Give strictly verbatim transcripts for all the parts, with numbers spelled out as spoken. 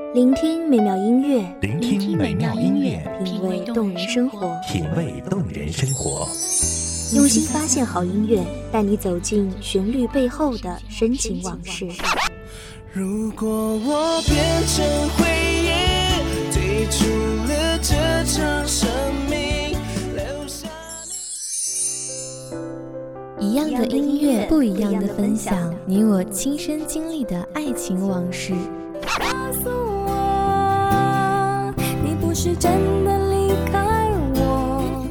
聆听美妙音乐， 聆听美妙音乐， 品味动人生活， 品味动人生活。 用心发现好音乐，带你走进旋律背后的深情往事。 如果我变成回忆，退出了这场生命，留下一样的音乐，不一样的分享，你我亲身经历的爱情往事。 告诉我，你不是真的离开我。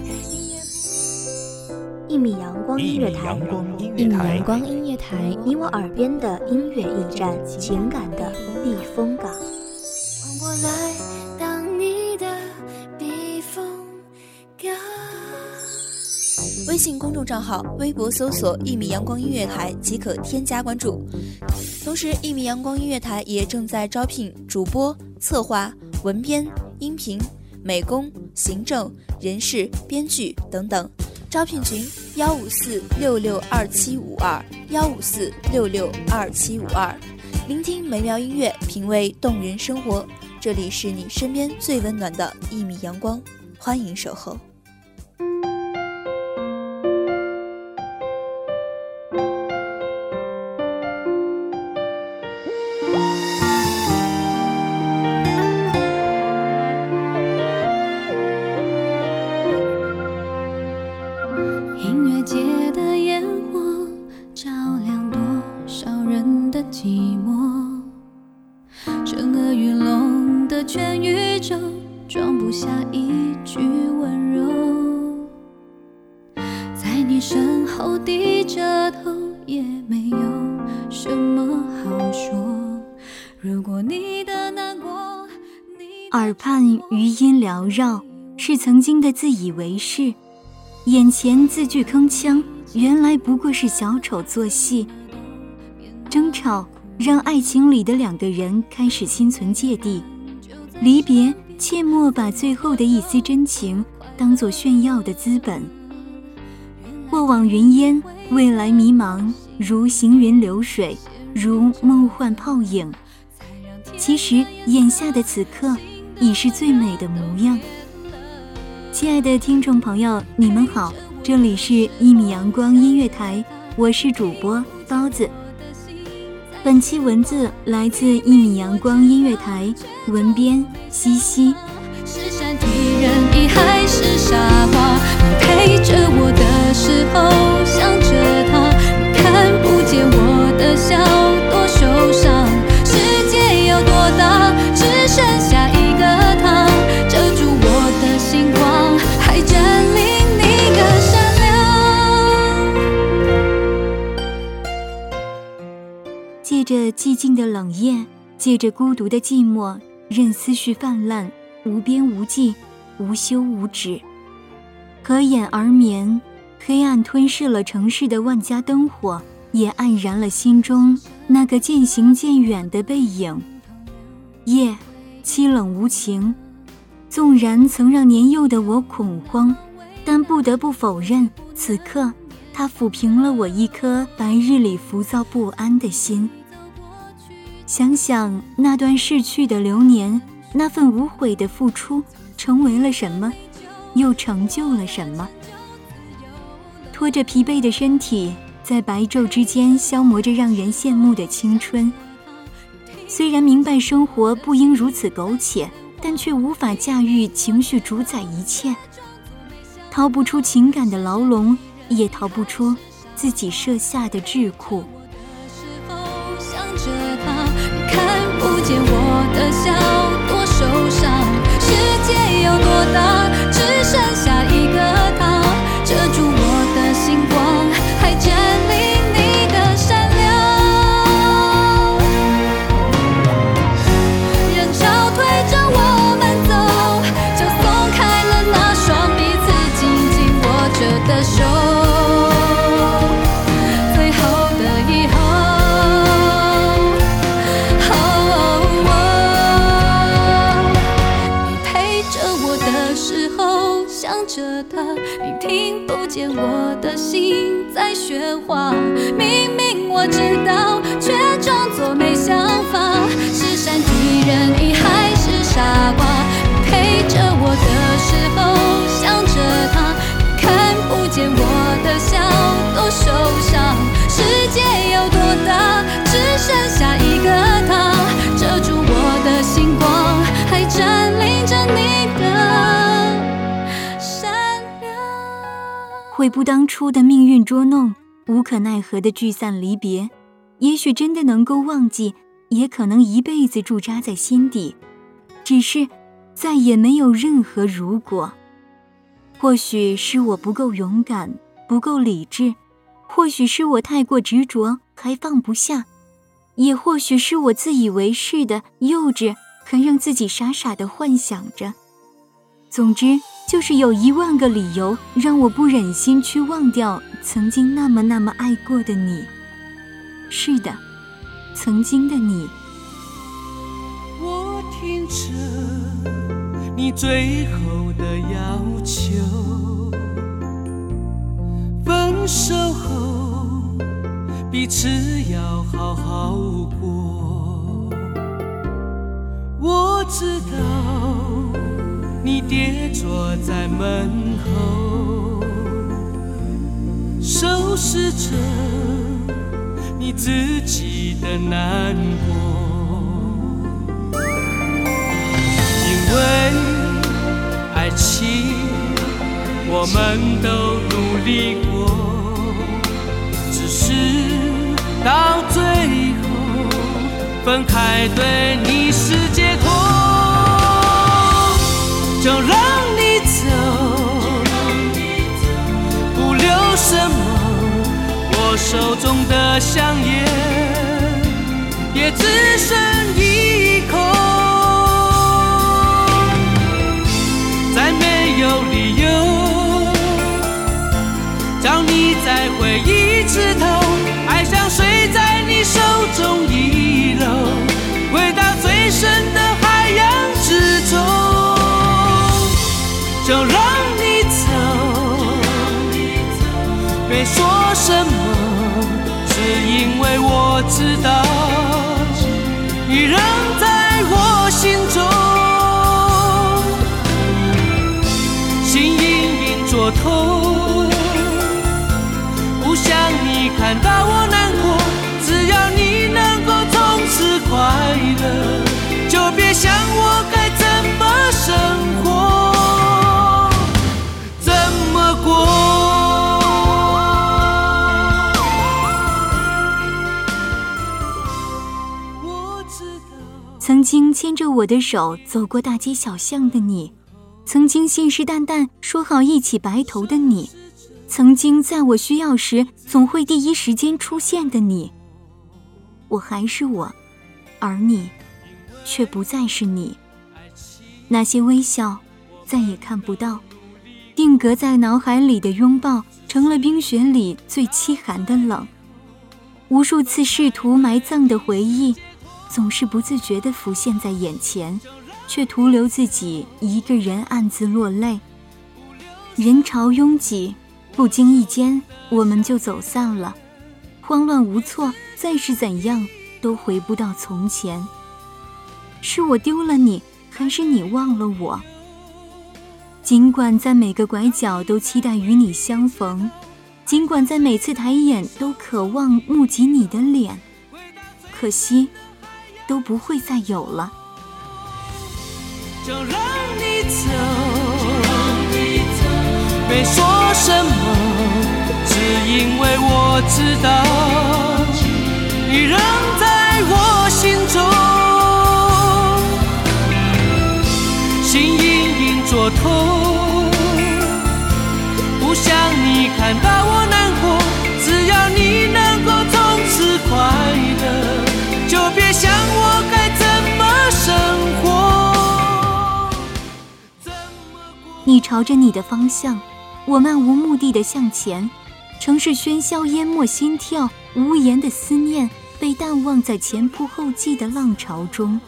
一米阳光音乐台， 一米阳光音乐台， 你我耳边的音乐驿站，情感的避风港。 换我来当你的避风港。 微信公众账号、微博搜索“一米阳光音乐台”即可添加关注。同时，一米阳光音乐台也正在招聘主播、策划、文编、音频、美工、行政、人事、编剧等等。招聘群：幺五四六六二七五二幺五四六六二七五二。聆听美妙音乐，品味动人生活。这里是你身边最温暖的一米阳光，欢迎守候。 音乐界的烟火照亮多少人的寂寞，震耳欲聋的全宇宙装不下一句温柔，在你身后低着头也没有什么好说，如果你的难过你耳畔余音缭绕，是曾经的自以为是，眼前字句铿锵，原来不过是小丑做戏。争吵让爱情里的两个人开始心存芥蒂，离别切莫把最后的一丝真情当作炫耀的资本。过往云烟，未来迷茫，如行云流水，如梦幻泡影。其实眼下的此刻已是最美的模样。亲爱的听众朋友，你们好，这里是一米阳光音乐台，我是主播包子。本期文字来自一米阳光音乐台，文编西西。 是山体人意还是傻瓜？你陪着我的时候想着他，你看不见我的笑多受伤，世界有多大，只剩下一个他，遮住我的星光，还占领你的善良。 借着寂静的冷夜，借着孤独的寂寞，任思绪泛滥，无边无际，无休无止。合眼而眠，黑暗吞噬了城市的万家灯火，也黯然了心中那个渐行渐远的背影。夜凄冷无情，纵然曾让年幼的我恐慌，但不得不否认，此刻它抚平了我一颗白日里浮躁不安的心。想想那段逝去的流年，那份无悔的付出成为了什么，又成就了什么？拖着疲惫的身体，在白昼之间消磨着让人羡慕的青春。虽然明白生活不应如此苟且，但却无法驾驭情绪主宰一切。逃不出情感的牢笼，也逃不出自己设下的桎梏。 想着他，你看不见我的笑多受伤，世界有多大，只剩下一个他，遮住我的星光，还占领你的善良。人潮推着我们走，就松开了那双彼此紧紧握着的手。你听不见我的心在喧哗，明明我知道，却装作没想法。是山体人遗憾悔不当初的命运捉弄，无可奈何的聚散离别，也许真的能够忘记，也可能一辈子驻扎在心底，只是再也没有任何如果。或许是我不够勇敢，不够理智，或许是我太过执着，还放不下，也或许是我自以为是的幼稚，还让自己傻傻地幻想着。总之，就是有一万个理由让我不忍心去忘掉曾经那么那么爱过的你。是的，曾经的你。 我听着你最后的要求，分手后彼此要好好过。我知道你跌坐在门后，收拾着你自己的难过。因为爱情我们都努力过，只是到最后分开对你是解脱。就让你走，不留什么，我手中的香烟也只剩一口。再没有理由叫你再回一次头，爱像水在你手中遗漏，回到最深的海洋之中。就让你走，别说什么，只因为我知道你仍在我心中。心隐隐作痛，不想你看到我难过，只要你能够从此快乐，就别想我该怎么生活。 曾经牵着我的手走过大街小巷的你，曾经信誓旦旦说好一起白头的你，曾经在我需要时总会第一时间出现的你。我还是我，而你却不再是你。那些微笑再也看不到，定格在脑海里的拥抱成了冰雪里最凄寒的冷。无数次试图埋葬的回忆总是不自觉地浮现在眼前，却徒留自己一个人暗自落泪。人潮拥挤，不经意间我们就走散了，慌乱无措，再是怎样都回不到从前。是我丢了你，还是你忘了我？尽管在每个拐角都期待与你相逢，尽管在每次抬眼都渴望目击你的脸，可惜都不会再有了。 就让你走，别说什么，只因为我知道你仍在我心中。心隐隐作痛，不想你看到我难过，只要你能够从此快乐，就别想我该怎么生活。 你朝着你的方向，我漫无目的地向前，城市喧嚣淹没心跳，无言的思念被淡忘在前仆后继的浪潮中。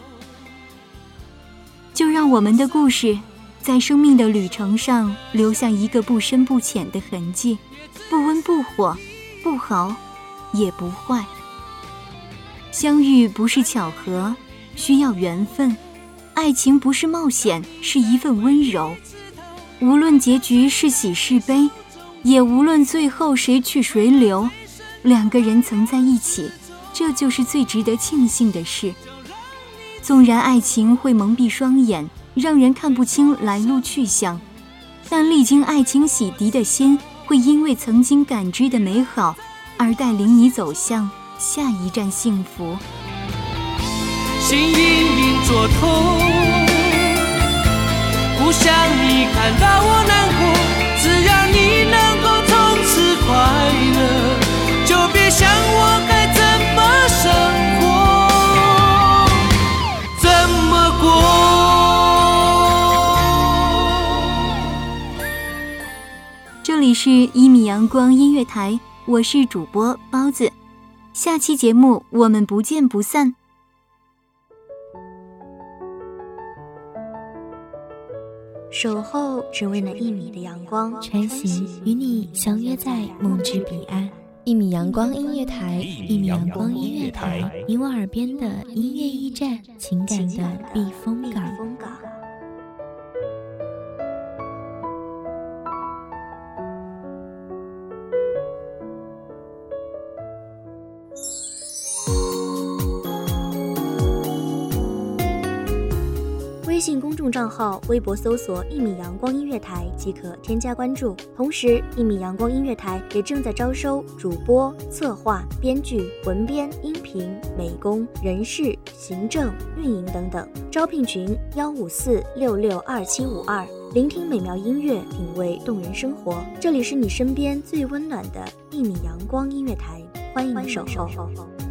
就让我们的故事在生命的旅程上留下一个不深不浅的痕迹，不温不火，不好也不坏。相遇不是巧合，需要缘分；爱情不是冒险，是一份温柔。无论结局是喜是悲，也无论最后谁去谁留，两个人曾在一起，这就是最值得庆幸的事。纵然爱情会蒙蔽双眼，让人看不清来路去向，但历经爱情洗涤的心会因为曾经感知的美好而带领你走向下一站幸福。 心隐隐作痛，不想你看到我难过，只要你能够从此快乐，就别想我该怎么生活，怎么过。 这里是一米阳光音乐台，我是主播包子，下期节目我们不见不散。 守候只为那一米的阳光， 穿行与你相约在梦之彼岸。一米阳光音乐台，一米阳光音乐台，你我耳边的音乐驿站，情感的避风港。 微信公众账号、微博搜索“一米阳光音乐台”即可添加关注。同时，一米阳光音乐台也正在招收主播、策划、编剧、文编、音频、美工、人事、行政、运营等等。招聘群：幺五四六六二七五二。聆听美妙音乐，品味动人生活。这里是你身边最温暖的一米阳光音乐台，欢迎你守候。